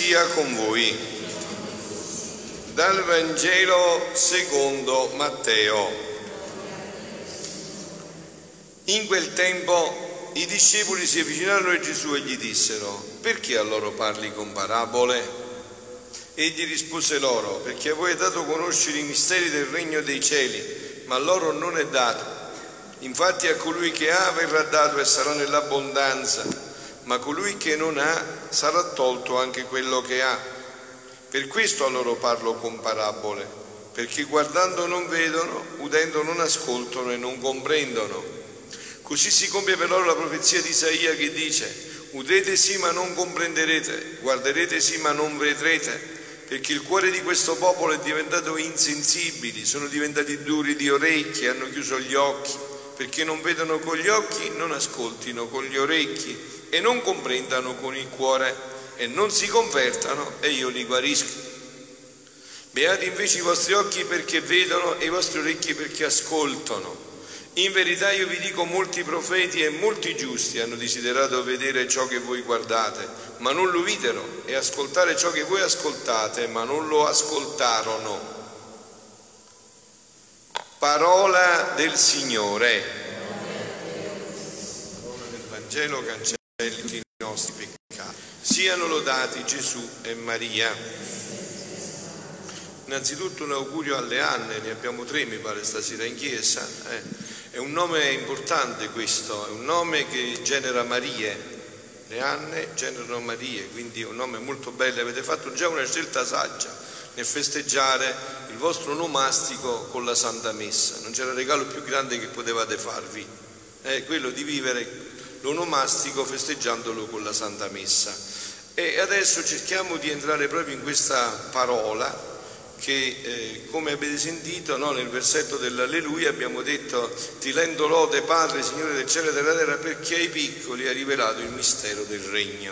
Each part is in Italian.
sia con voi. Dal Vangelo secondo Matteo. In quel tempo i discepoli si avvicinarono a Gesù e gli dissero: perché a loro parli con parabole? Egli rispose loro: perché a voi è dato conoscere i misteri del regno dei cieli, ma a loro non è dato. Infatti a colui che ha verrà dato e sarà nell'abbondanza, ma colui che non ha sarà tolto anche quello che ha. Per questo a loro parlo con parabole, perché guardando non vedono, udendo non ascoltano e non comprendono. Così si compie per loro la profezia di Isaia che dice: udrete sì ma non comprenderete, guarderete sì ma non vedrete, perché il cuore di questo popolo è diventato insensibile, sono diventati duri di orecchie, hanno chiuso gli occhi, perché non vedono con gli occhi, non ascoltino con gli orecchi e non comprendano con il cuore e non si convertano e io li guarisco. Beati invece i vostri occhi perché vedono e i vostri orecchi perché ascoltano. In verità io vi dico, molti profeti e molti giusti hanno desiderato vedere ciò che voi guardate, ma non lo videro, e ascoltare ciò che voi ascoltate, ma non lo ascoltarono. Parola del Signore. Parola del Vangelo cancelli i nostri peccati. Siano lodati Gesù e Maria. Innanzitutto un augurio alle Anne, ne abbiamo 3 mi pare stasera in chiesa. È un nome importante questo, è un nome che genera Marie. Le Anne generano Marie, quindi è un nome molto bello. Avete fatto già una scelta saggia nel festeggiare il vostro onomastico con la Santa Messa. Non c'era regalo più grande che potevate farvi, quello di vivere l'onomastico festeggiandolo con la Santa Messa. E adesso cerchiamo di entrare proprio in questa parola che, come avete sentito, no, nel versetto dell'Alleluia abbiamo detto: ti rendo lode Padre, Signore del cielo e della terra, perché ai piccoli hai rivelato il mistero del regno.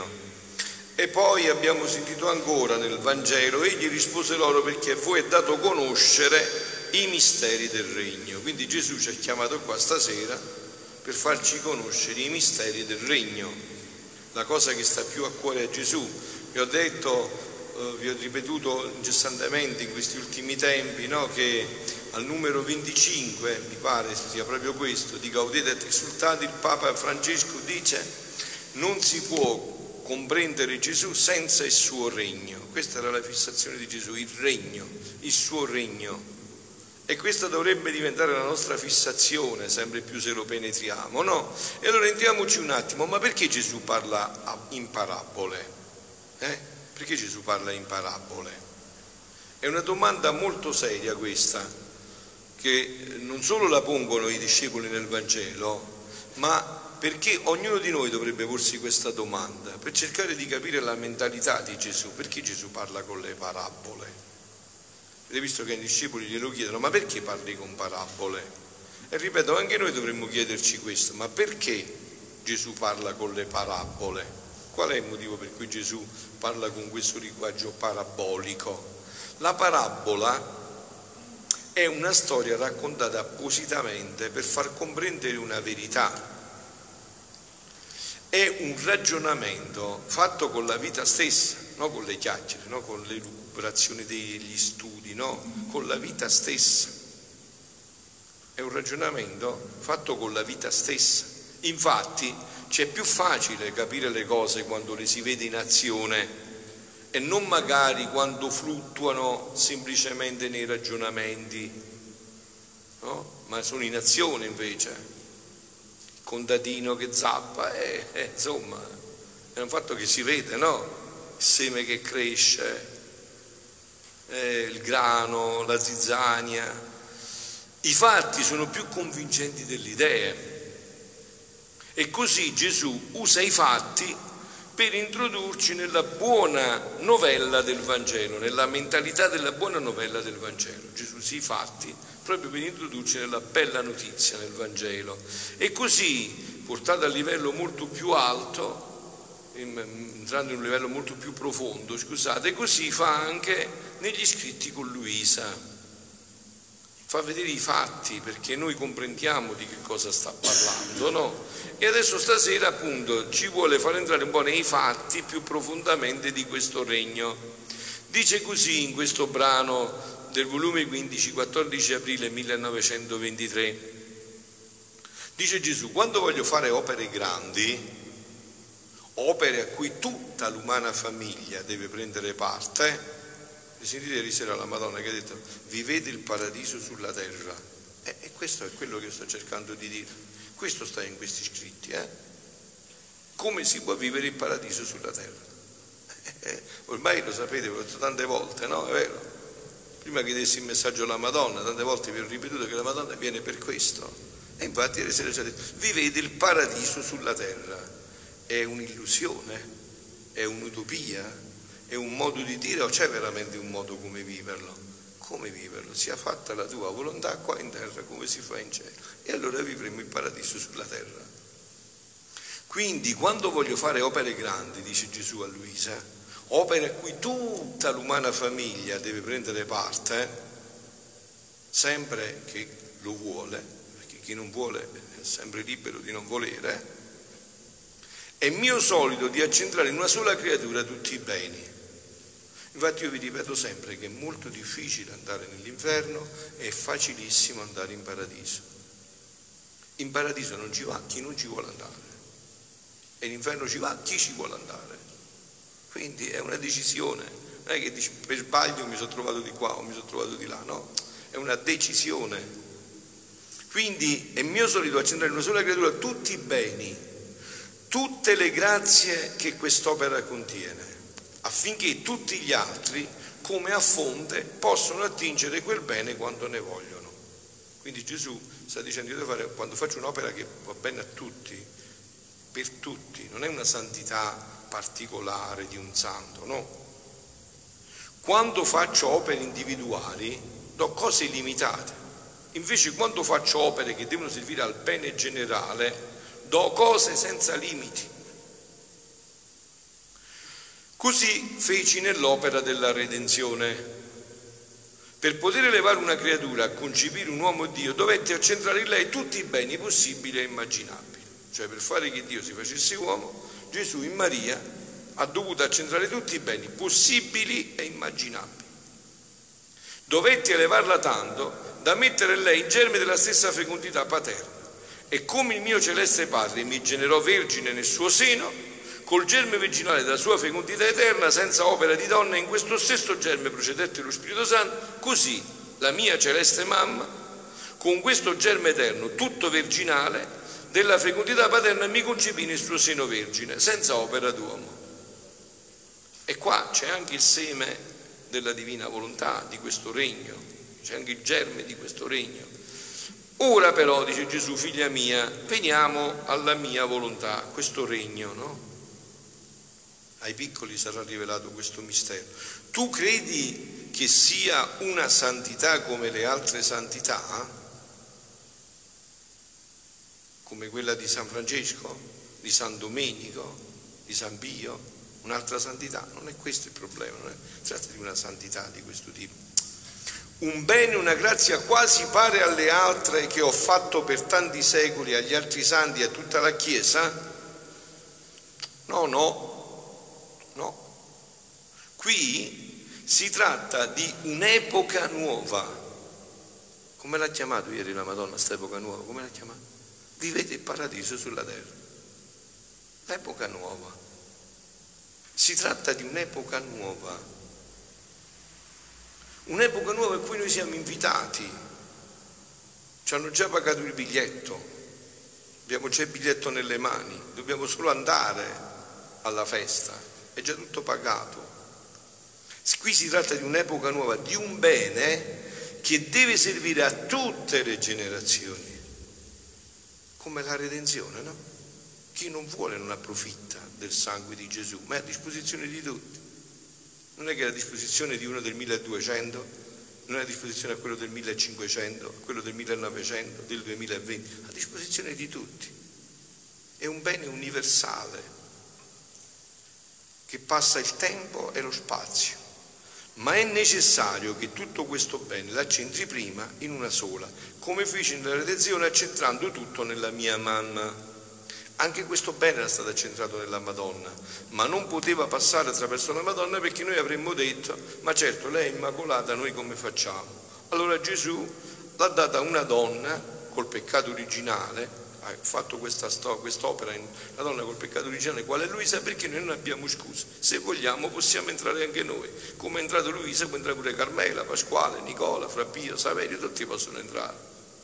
E poi abbiamo sentito ancora nel Vangelo: egli rispose loro: perché a voi è dato conoscere i misteri del regno. Quindi Gesù ci ha chiamato qua stasera per farci conoscere i misteri del regno, la cosa che sta più a cuore a Gesù. Vi ho detto, vi ho ripetuto incessantemente in questi ultimi tempi, no, che al numero 25, mi pare sia proprio questo, di Gaudete et Exsultate, il Papa Francesco dice: non si può comprendere Gesù senza il suo regno. Questa era la fissazione di Gesù, il regno, il suo regno. E questa dovrebbe diventare la nostra fissazione, sempre più se lo penetriamo, no? E allora entriamoci un attimo: ma perché Gesù parla in parabole? Perché Gesù parla in parabole? È una domanda molto seria questa, che non solo la pongono i discepoli nel Vangelo, ma perché ognuno di noi dovrebbe porsi questa domanda, per cercare di capire la mentalità di Gesù. Perché Gesù parla con le parabole? Avete visto che i discepoli glielo chiedono: ma perché parli con parabole? E ripeto, anche noi dovremmo chiederci questo: ma perché Gesù parla con le parabole? Qual è il motivo per cui Gesù parla con questo linguaggio parabolico? La parabola è una storia raccontata appositamente per far comprendere una verità. È un ragionamento fatto con la vita stessa, non con le chiacchiere, non con le lucubrazioni degli studi, no, con la vita stessa. È un ragionamento fatto con la vita stessa. Infatti c'è più facile capire le cose quando le si vede in azione e non magari quando fluttuano semplicemente nei ragionamenti, no? Ma sono in azione invece. Contadino che zappa, insomma, è un fatto che si vede, no? Il seme che cresce, il grano, la zizzania. I fatti sono più convincenti delle idee. E così Gesù usa i fatti per introdurci nella buona novella del Vangelo, nella mentalità della buona novella del Vangelo. Gesù usa i fatti proprio per introdurci nella bella notizia nel Vangelo. E così, portato a livello molto più alto, entrando in un livello molto più profondo, scusate, così fa anche negli scritti con Luisa. fa vedere i fatti perché noi comprendiamo di che cosa sta parlando, no? E adesso stasera appunto ci vuole far entrare un po' nei fatti più profondamente di questo regno. Dice così in questo brano del volume 15, 14 aprile 1923, dice Gesù: quando voglio fare opere grandi, opere a cui tutta l'umana famiglia deve prendere parte, sentite ieri sera la Madonna che ha detto: vivete il paradiso sulla terra, e questo è quello che io sto cercando di dire, questo sta in questi scritti, come si può vivere il paradiso sulla terra. Ormai lo sapete, l'ho detto tante volte, no? È vero? Prima che dessi il messaggio alla Madonna, tante volte vi ho ripetuto che la Madonna viene per questo, e infatti ieri sera ci ha detto: vivete il paradiso sulla terra. È un'illusione, è un'utopia, è un modo di dire, o c'è veramente un modo come viverlo? Come viverlo? Sia fatta la tua volontà qua in terra come si fa in cielo, e allora vivremo il paradiso sulla terra. Quindi quando voglio fare opere grandi, dice Gesù a Luisa, opere a cui tutta l'umana famiglia deve prendere parte, sempre che lo vuole, perché chi non vuole è sempre libero di non volere, è mio solito di accentrare in una sola creatura tutti i beni. Infatti io vi ripeto sempre che è molto difficile andare nell'inferno e è facilissimo andare in paradiso. In paradiso non ci va chi non ci vuole andare, e in inferno ci va chi ci vuole andare. Quindi è una decisione, non è che dici per sbaglio mi sono trovato di qua o mi sono trovato di là, no, è una decisione. Quindi è mio solito accentrare in una sola creatura tutti i beni, tutte le grazie che quest'opera contiene, affinché tutti gli altri, come a fonte, possono attingere quel bene quando ne vogliono. Quindi Gesù sta dicendo: io devo fare, quando faccio un'opera che va bene a tutti, per tutti, non è una santità particolare di un santo, no. Quando faccio opere individuali do cose limitate, invece quando faccio opere che devono servire al bene generale do cose senza limiti. Così feci nell'opera della redenzione. Per poter elevare una creatura a concepire un uomo e Dio, dovetti accentrare in lei tutti i beni possibili e immaginabili. Cioè, per fare che Dio si facesse uomo, Gesù in Maria ha dovuto accentrare tutti i beni possibili e immaginabili. Dovetti elevarla tanto da mettere in lei il germe della stessa fecondità paterna. E come il mio celeste Padre mi generò vergine nel suo seno, col germe virginale della sua fecondità eterna, senza opera di donna, in questo stesso germe procedette lo Spirito Santo, così la mia celeste mamma, con questo germe eterno, tutto virginale, della fecondità paterna, mi concepì nel suo seno vergine, senza opera d'uomo. E qua c'è anche il seme della divina volontà, di questo regno, c'è anche il germe di questo regno. Ora però, dice Gesù, figlia mia, veniamo alla mia volontà, questo regno, no? Ai piccoli sarà rivelato questo mistero. Tu credi che sia una santità come le altre santità? Come quella di San Francesco, di San Domenico, di San Pio? Un'altra santità? Non è questo il problema, non si tratta di una santità di questo tipo. Un bene, una grazia quasi pare alle altre che ho fatto per tanti secoli agli altri santi e a tutta la Chiesa? No. Qui si tratta di un'epoca nuova. Come l'ha chiamato ieri la Madonna, questa epoca nuova? Come l'ha chiamata? Vivete il paradiso sulla terra. L'epoca nuova. Si tratta di un'epoca nuova. Un'epoca nuova a cui noi siamo invitati. Ci hanno già pagato il biglietto. Abbiamo già il biglietto nelle mani. Dobbiamo solo andare alla festa. È già tutto pagato. Qui si tratta di un'epoca nuova, di un bene che deve servire a tutte le generazioni, come la redenzione, no? Chi non vuole non approfitta del sangue di Gesù, ma è a disposizione di tutti. Non è che è a disposizione di uno del 1200, non è a disposizione a quello del 1500, a quello del 1900, del 2020, a disposizione di tutti. È un bene universale che passa il tempo e lo spazio. ma è necessario che tutto questo bene l'accentri prima in una sola, come fece nella redenzione accentrando tutto nella mia mamma. Anche questo bene era stato accentrato nella Madonna, ma non poteva passare attraverso la Madonna, perché noi avremmo detto: ma certo, lei è immacolata, noi come facciamo? Allora Gesù l'ha data una donna col peccato originale, ha fatto quest'opera la donna col peccato originale, qual è Luisa, perché noi non abbiamo scusa. Se vogliamo possiamo entrare anche noi, come è entrato Luisa può entrare pure Carmela, Pasquale, Nicola, Fra Pio, Saverio, tutti possono entrare.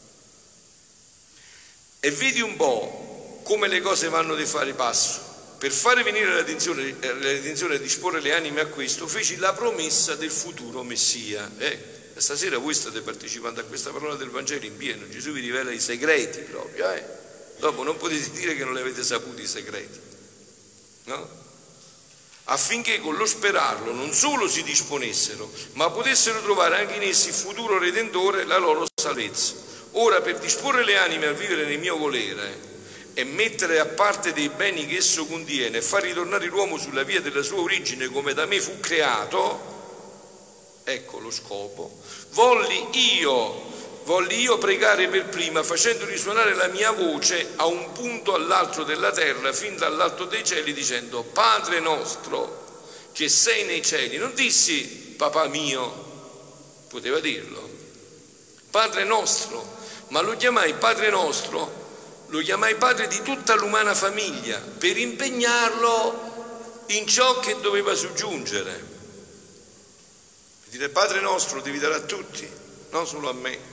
E vedi un po' come le cose vanno di fare passo. Per fare venire la redenzione e disporre le anime a questo, feci la promessa del futuro Messia. Stasera voi state partecipando a questa parola del Vangelo in pieno, Gesù vi rivela i segreti proprio, Dopo non potete dire che non li avete saputi i segreti, no? Affinché con lo sperarlo non solo si disponessero, ma potessero trovare anche in essi il futuro Redentore, la loro salvezza. Ora, per disporre le anime a vivere nel mio volere e mettere a parte dei beni che esso contiene e far ritornare l'uomo sulla via della sua origine come da me fu creato, ecco lo scopo, volli io pregare per prima, facendo risuonare la mia voce a un punto all'altro della terra, fin dall'alto dei cieli, dicendo: Padre nostro che sei nei cieli. Non dissi papà mio, poteva dirlo, Padre nostro, ma lo chiamai Padre nostro, lo chiamai Padre di tutta l'umana famiglia, per impegnarlo in ciò che doveva soggiungere. Dire Padre nostro devi dare a tutti, non solo a me.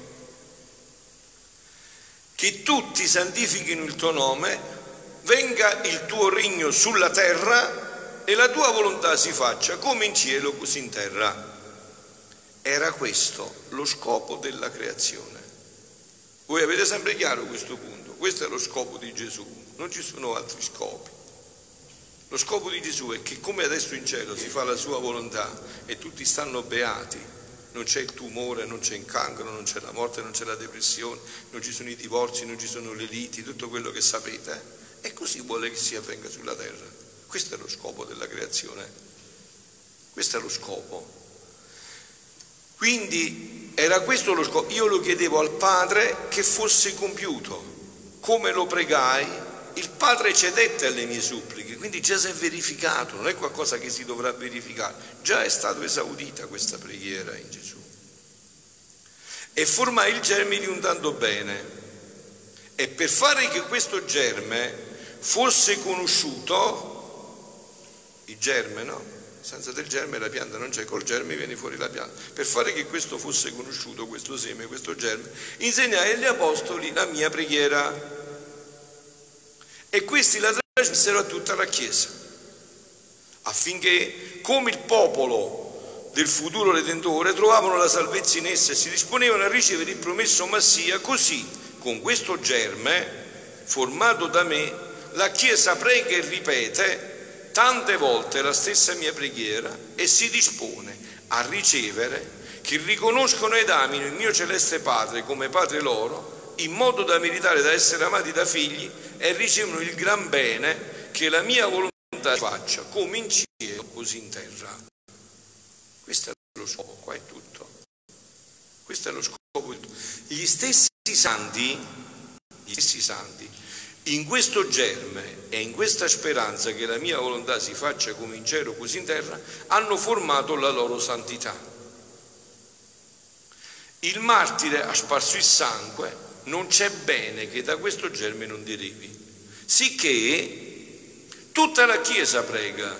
Che tutti santifichino il tuo nome, venga il tuo regno sulla terra e la tua volontà si faccia come in cielo così in terra. Era questo lo scopo della creazione. Voi avete sempre chiaro questo punto? Questo è lo scopo di Gesù, non ci sono altri scopi. Lo scopo di Gesù è che come adesso in cielo si fa la sua volontà e tutti stanno beati, non c'è il tumore, non c'è il cancro, non c'è la morte, non c'è la depressione, non ci sono i divorzi, non ci sono le liti, tutto quello che sapete, e così vuole che si avvenga sulla terra. Questo è lo scopo della creazione, questo è lo scopo. Quindi era questo lo scopo. Io lo chiedevo al Padre che fosse compiuto, come lo pregai, il Padre cedette alle mie suppliche, quindi già si è verificato, non è qualcosa che si dovrà verificare, già è stata esaudita questa preghiera in Gesù. E formai il germe di un tanto bene, e per fare che questo germe fosse conosciuto, il germe, no? Senza del germe la pianta non c'è, col germe viene fuori la pianta. Per fare che questo fosse conosciuto, questo seme, questo germe, insegnai agli apostoli la mia preghiera. E questi la trasmissero a tutta la Chiesa, affinché, come il popolo del futuro Redentore, trovavano la salvezza in essa e si disponevano a ricevere il promesso Massia. Così, con questo germe, formato da me, la Chiesa prega e ripete tante volte la stessa mia preghiera e si dispone a ricevere che riconoscono ed amino il mio celeste Padre come Padre loro, in modo da meritare da essere amati da figli e ricevono il gran bene che la mia volontà faccia, come in cielo così in terra. Questo è lo scopo, qua è tutto. Questo è lo scopo di tutto. Gli stessi santi, in questo germe e in questa speranza che la mia volontà si faccia come in cielo così in terra, hanno formato la loro santità. Il martire ha sparso il sangue, non c'è bene che da questo germe non derivi, sicché tutta la Chiesa prega.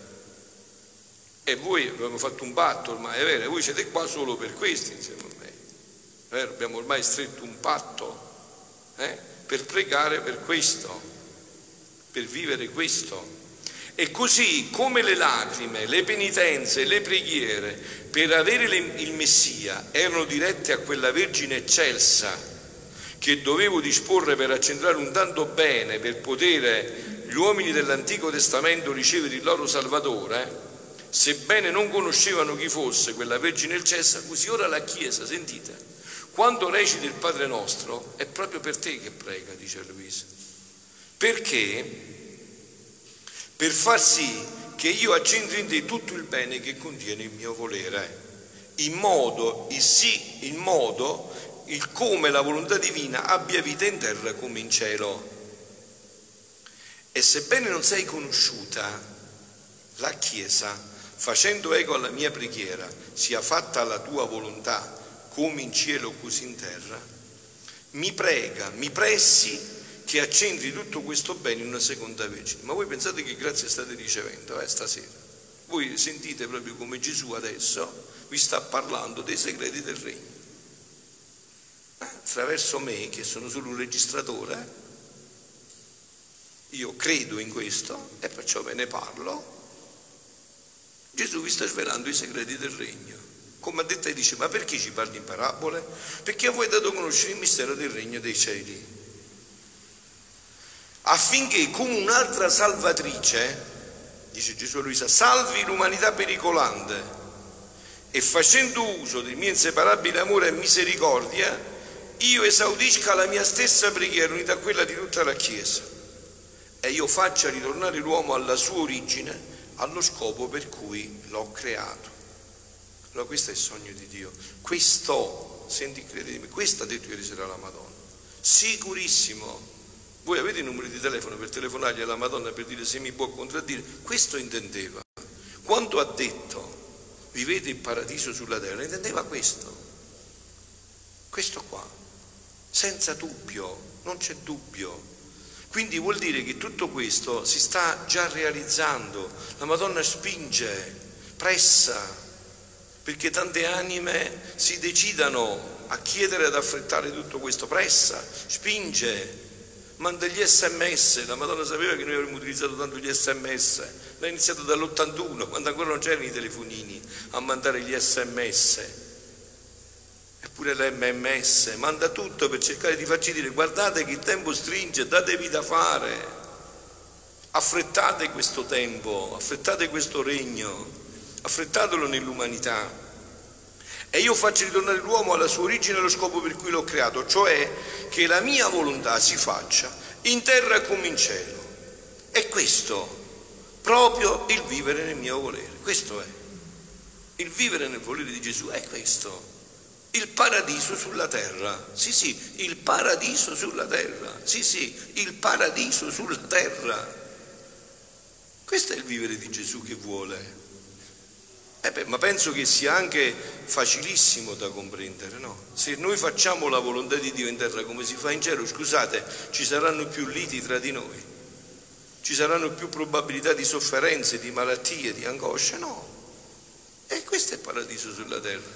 E voi abbiamo fatto un patto ormai, è vero, voi siete qua solo per questo insieme a me, è vero? Abbiamo ormai stretto un patto per pregare per questo, per vivere questo. E così come le lacrime, le penitenze, le preghiere per avere il Messia erano dirette a quella Vergine eccelsa che dovevo disporre per accentrare un tanto bene per poter gli uomini dell'Antico Testamento ricevere il loro Salvatore, sebbene non conoscevano chi fosse quella Vergine eccelsa, così ora la Chiesa, sentite, quando recita il Padre nostro è proprio per te che prega, dice Luisa, perché per far sì che io accentri in te tutto il bene che contiene il mio volere, in modo, il come la volontà divina abbia vita in terra come in cielo. E sebbene non sei conosciuta, la Chiesa, facendo eco alla mia preghiera, sia fatta la tua volontà come in cielo così in terra, mi pressi che accentri tutto questo bene in una seconda vergine. Ma voi pensate che grazia state ricevendo stasera? Voi sentite proprio come Gesù adesso vi sta parlando dei segreti del regno. Attraverso me, che sono solo un registratore, io credo in questo e perciò ve ne parlo. Gesù vi sta svelando i segreti del regno. Come ha detto, dice, ma perché ci parli in parabole? Perché a voi è dato conoscere il mistero del regno dei cieli, affinché come un'altra salvatrice, dice Gesù a Luisa, salvi l'umanità pericolante, e facendo uso del mio inseparabile amore e misericordia, io esaudisca la mia stessa preghiera unita a quella di tutta la Chiesa, e io faccia ritornare l'uomo alla sua origine, allo scopo per cui l'ho creato. Allora questo è il sogno di Dio. Questo, senti, credetemi, questo ha detto ieri sera la Madonna. Sicurissimo. Voi avete i numeri di telefono per telefonargli alla Madonna per dire se mi può contraddire? Questo intendeva. Quando ha detto vivete il paradiso sulla terra, intendeva questo. Questo qua. Senza dubbio, non c'è dubbio. Quindi vuol dire che tutto questo si sta già realizzando. La Madonna spinge, pressa, perché tante anime si decidano a chiedere, ad affrettare tutto questo. Pressa, spinge, manda gli SMS. La Madonna sapeva che noi avremmo utilizzato tanto gli SMS. L'ha iniziato dall'81, quando ancora non c'erano i telefonini, a mandare gli SMS. Eppure l'MMS manda tutto per cercare di farci dire guardate che il tempo stringe, datevi da fare, affrettate questo tempo, affrettate questo regno, affrettatelo nell'umanità. E io faccio ritornare l'uomo alla sua origine e allo scopo per cui l'ho creato, cioè che la mia volontà si faccia in terra come in cielo. E questo, proprio il vivere nel mio volere, questo è. Il vivere nel volere di Gesù è questo. Il paradiso sulla terra, sì, il paradiso sulla terra, sì, il paradiso sulla terra. Questo è il vivere di Gesù che vuole. Ma penso che sia anche facilissimo da comprendere, no? Se noi facciamo la volontà di Dio in terra come si fa in cielo, scusate, ci saranno più liti tra di noi, ci saranno più probabilità di sofferenze, di malattie, di angosce, no? E questo è il paradiso sulla terra.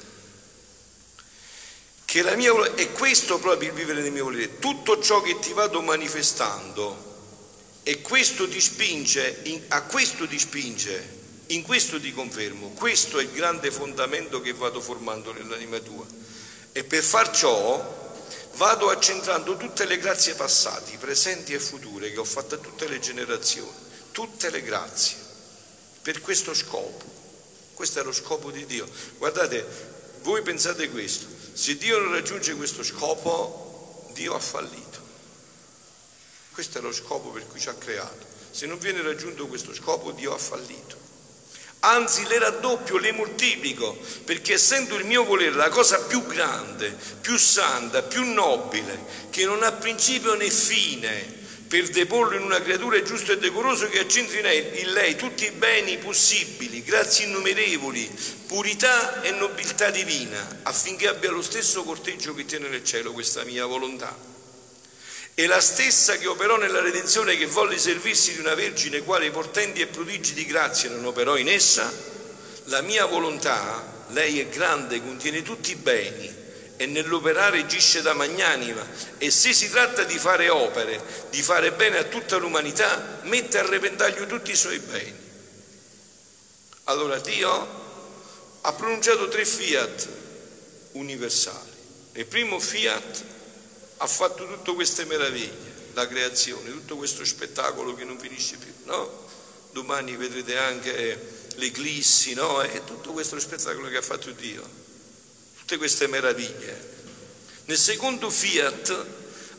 E questo proprio il vivere nel mio volere, tutto ciò che ti vado manifestando, e questo ti spinge, a questo ti spinge, in questo ti confermo, questo è il grande fondamento che vado formando nell'anima tua. E per far ciò vado accentrando tutte le grazie passate, presenti e future che ho fatto a tutte le generazioni, tutte le grazie, per questo scopo. Questo è lo scopo di Dio. Guardate, voi pensate questo, se Dio non raggiunge questo scopo, Dio ha fallito. Questo è lo scopo per cui ci ha creato. Se non viene raggiunto questo scopo, Dio ha fallito. Anzi, le raddoppio, le moltiplico, perché essendo il mio volere la cosa più grande, più santa, più nobile, che non ha principio né fine, per deporlo in una creatura giusto e decoroso che accentri in lei tutti i beni possibili, grazie innumerevoli, purità e nobiltà divina, affinché abbia lo stesso corteggio che tiene nel cielo questa mia volontà. E la stessa che operò nella redenzione, che volle servirsi di una vergine quale i portenti e prodigi di grazia non operò in essa, la mia volontà, lei è grande, contiene tutti i beni, e nell'operare gisce da magnanima, e se si tratta di fare opere, di fare bene a tutta l'umanità, mette a repentaglio tutti i suoi beni. Allora Dio ha pronunciato 3 fiat universali. Il primo fiat ha fatto tutte queste meraviglie, la creazione, tutto questo spettacolo che non finisce più, no? Domani vedrete anche l'eclissi, no? E tutto questo spettacolo che ha fatto Dio, tutte queste meraviglie. Nel secondo fiat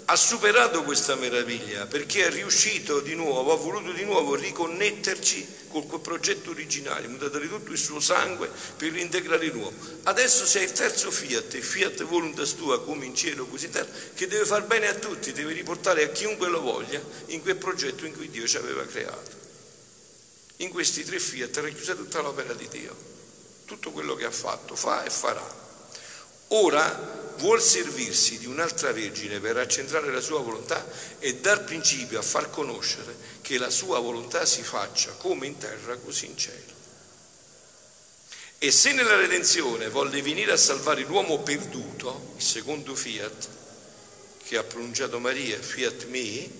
ha superato questa meraviglia perché è riuscito di nuovo, ha voluto di nuovo riconnetterci con quel progetto originario, mutato di tutto il suo sangue per reintegrare l'uomo. Adesso sei il terzo fiat, il fiat voluntas tua come in cielo così in terra, che deve far bene a tutti, deve riportare a chiunque lo voglia in quel progetto in cui Dio ci aveva creato. In questi 3 fiat è racchiusa tutta l'opera di Dio, tutto quello che ha fatto, fa e farà. Ora vuol servirsi di un'altra Vergine per accentrare la sua volontà e dar principio a far conoscere che la sua volontà si faccia come in terra così in cielo. E se nella redenzione volle venire a salvare l'uomo perduto, il secondo fiat che ha pronunciato Maria, fiat mi,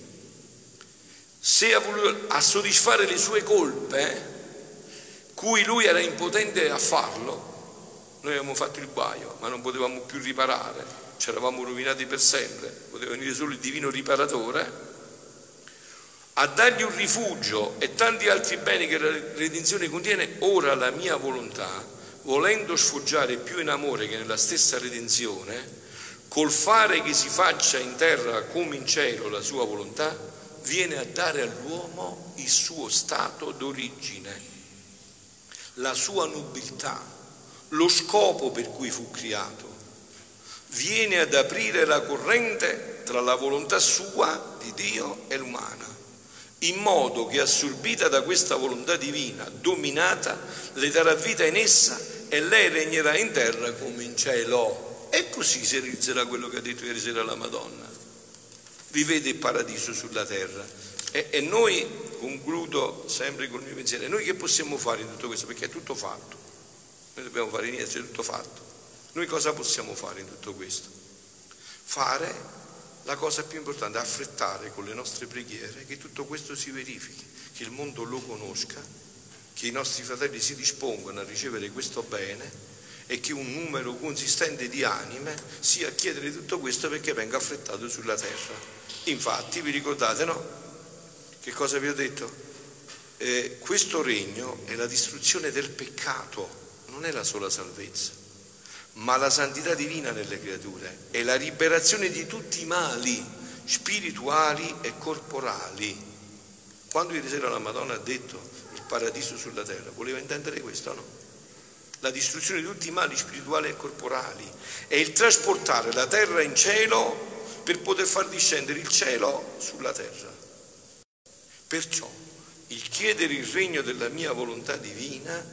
se ha voluto a soddisfare le sue colpe, cui lui era impotente a farlo, noi avevamo fatto il guaio, ma non potevamo più riparare, ci eravamo rovinati per sempre, poteva venire solo il divino riparatore, a dargli un rifugio e tanti altri beni che la redenzione contiene. Ora la mia volontà, volendo sfoggiare più in amore che nella stessa redenzione, col fare che si faccia in terra come in cielo la sua volontà, viene a dare all'uomo il suo stato d'origine, la sua nobiltà, lo scopo per cui fu creato. Viene ad aprire la corrente tra la volontà sua di Dio e l'umana, in modo che assorbita da questa volontà divina, dominata, le darà vita in essa e lei regnerà in terra come in cielo. E così si realizzerà quello che ha detto ieri sera la Madonna. Vivete il paradiso sulla terra. E noi, concludo sempre col mio pensiero, noi che possiamo fare in tutto questo? Perché è tutto fatto. Noi dobbiamo fare niente, è tutto fatto. Noi cosa possiamo fare in tutto questo? Fare la cosa più importante, affrettare con le nostre preghiere che tutto questo si verifichi, che il mondo lo conosca, che i nostri fratelli si dispongano a ricevere questo bene e che un numero consistente di anime sia a chiedere tutto questo perché venga affrettato sulla terra. Infatti, vi ricordate, no? Che cosa vi ho detto? Questo regno è la distruzione del peccato, non è la sola salvezza, ma la santità divina nelle creature, è la liberazione di tutti i mali spirituali e corporali. Quando ieri sera la Madonna ha detto il paradiso sulla terra, voleva intendere questo, no? La distruzione di tutti i mali spirituali e corporali è il trasportare la terra in cielo per poter far discendere il cielo sulla terra. Perciò il chiedere il regno della mia volontà divina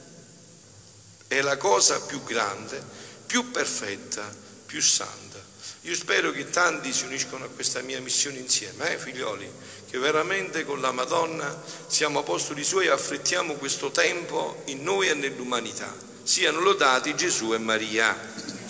è la cosa più grande, più perfetta, più santa. Io spero che tanti si uniscano a questa mia missione insieme, figlioli, che veramente con la Madonna siamo apostoli suoi e affrettiamo questo tempo in noi e nell'umanità. Siano lodati Gesù e Maria.